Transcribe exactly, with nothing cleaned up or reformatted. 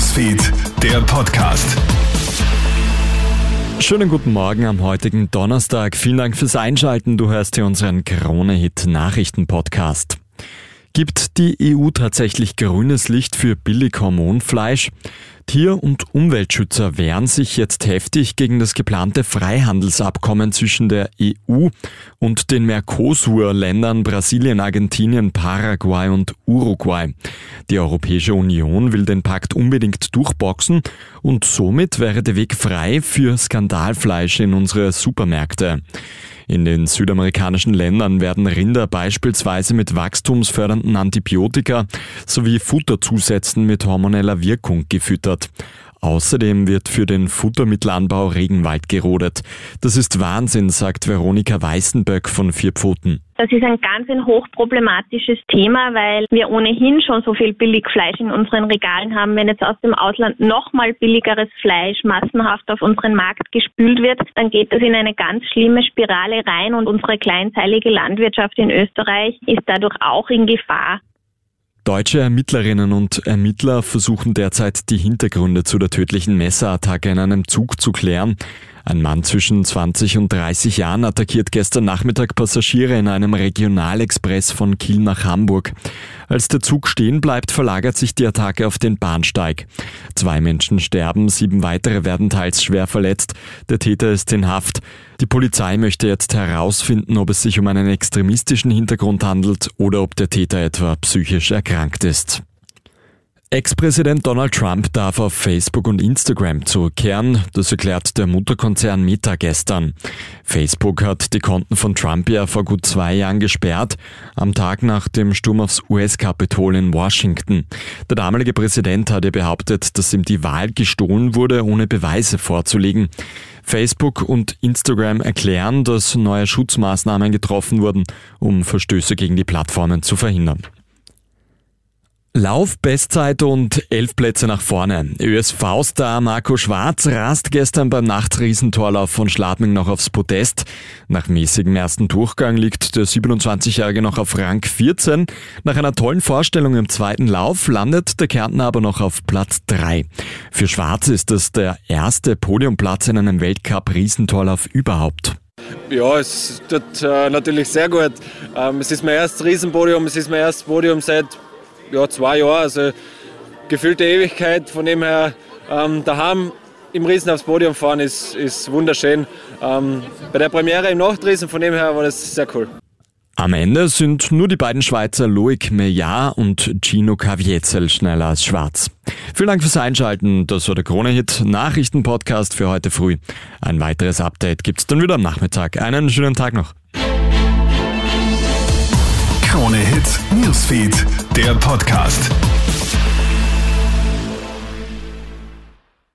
Newsfeed, der Podcast. Schönen guten Morgen am heutigen Donnerstag. Vielen Dank fürs Einschalten. Du hörst hier unseren Krone-Hit-Nachrichten-Podcast. Gibt die E U tatsächlich grünes Licht für Billig-Hormonfleisch? Tier- und Umweltschützer wehren sich jetzt heftig gegen das geplante Freihandelsabkommen zwischen der E U und den Mercosur-Ländern Brasilien, Argentinien, Paraguay und Uruguay. Die Europäische Union will den Pakt unbedingt durchboxen und somit wäre der Weg frei für Skandalfleisch in unsere Supermärkte. In den südamerikanischen Ländern werden Rinder beispielsweise mit wachstumsfördernden Antibiotika sowie Futterzusätzen mit hormoneller Wirkung gefüttert. Außerdem wird für den Futtermittelanbau Regenwald gerodet. Das ist Wahnsinn, sagt Veronika Weißenböck von Vier Pfoten. Das ist ein ganz ein hochproblematisches Thema, weil wir ohnehin schon so viel Billigfleisch in unseren Regalen haben. Wenn jetzt aus dem Ausland nochmal billigeres Fleisch massenhaft auf unseren Markt gespült wird, dann geht das in eine ganz schlimme Spirale rein und unsere kleinteilige Landwirtschaft in Österreich ist dadurch auch in Gefahr. Deutsche Ermittlerinnen und Ermittler versuchen derzeit die Hintergründe zu der tödlichen Messerattacke in einem Zug zu klären. Ein Mann zwischen zwanzig und dreißig Jahren attackiert gestern Nachmittag Passagiere in einem Regionalexpress von Kiel nach Hamburg. Als der Zug stehen bleibt, verlagert sich die Attacke auf den Bahnsteig. Zwei Menschen sterben, sieben weitere werden teils schwer verletzt. Der Täter ist in Haft. Die Polizei möchte jetzt herausfinden, ob es sich um einen extremistischen Hintergrund handelt oder ob der Täter etwa psychisch erkrankt ist. Ex-Präsident Donald Trump darf auf Facebook und Instagram zurückkehren, das erklärt der Mutterkonzern Meta gestern. Facebook hat die Konten von Trump ja vor gut zwei Jahren gesperrt, am Tag nach dem Sturm aufs U S-Kapitol in Washington. Der damalige Präsident hatte behauptet, dass ihm die Wahl gestohlen wurde, ohne Beweise vorzulegen. Facebook und Instagram erklären, dass neue Schutzmaßnahmen getroffen wurden, um Verstöße gegen die Plattformen zu verhindern. Lauf-Bestzeit und elf Plätze nach vorne. Ö S V-Star Marco Schwarz rast gestern beim Nachtriesentorlauf von Schladming noch aufs Podest. Nach mäßigem ersten Durchgang liegt der siebenundzwanzigjährige noch auf Rang vierzehn. Nach einer tollen Vorstellung im zweiten Lauf landet der Kärntner aber noch auf Platz drei. Für Schwarz ist das der erste Podiumplatz in einem Weltcup-Riesentorlauf überhaupt. Ja, es tut äh, natürlich sehr gut. Ähm, es ist mein erstes Riesenpodium, es ist mein erstes Podium seit ja, zwei Jahre, also gefühlte Ewigkeit. Von dem her, ähm, daheim im Riesen aufs Podium fahren ist, ist wunderschön. Ähm, bei der Premiere im Nachtriesen, von dem her war das sehr cool. Am Ende sind nur die beiden Schweizer Loic Meillard und Gino Caviezel schneller als Schwarz. Vielen Dank fürs Einschalten. Das war der Krone-Hit Nachrichten-Podcast für heute früh. Ein weiteres Update gibt's dann wieder am Nachmittag. Einen schönen Tag noch. Krone-Hit Newsfeed, der Podcast.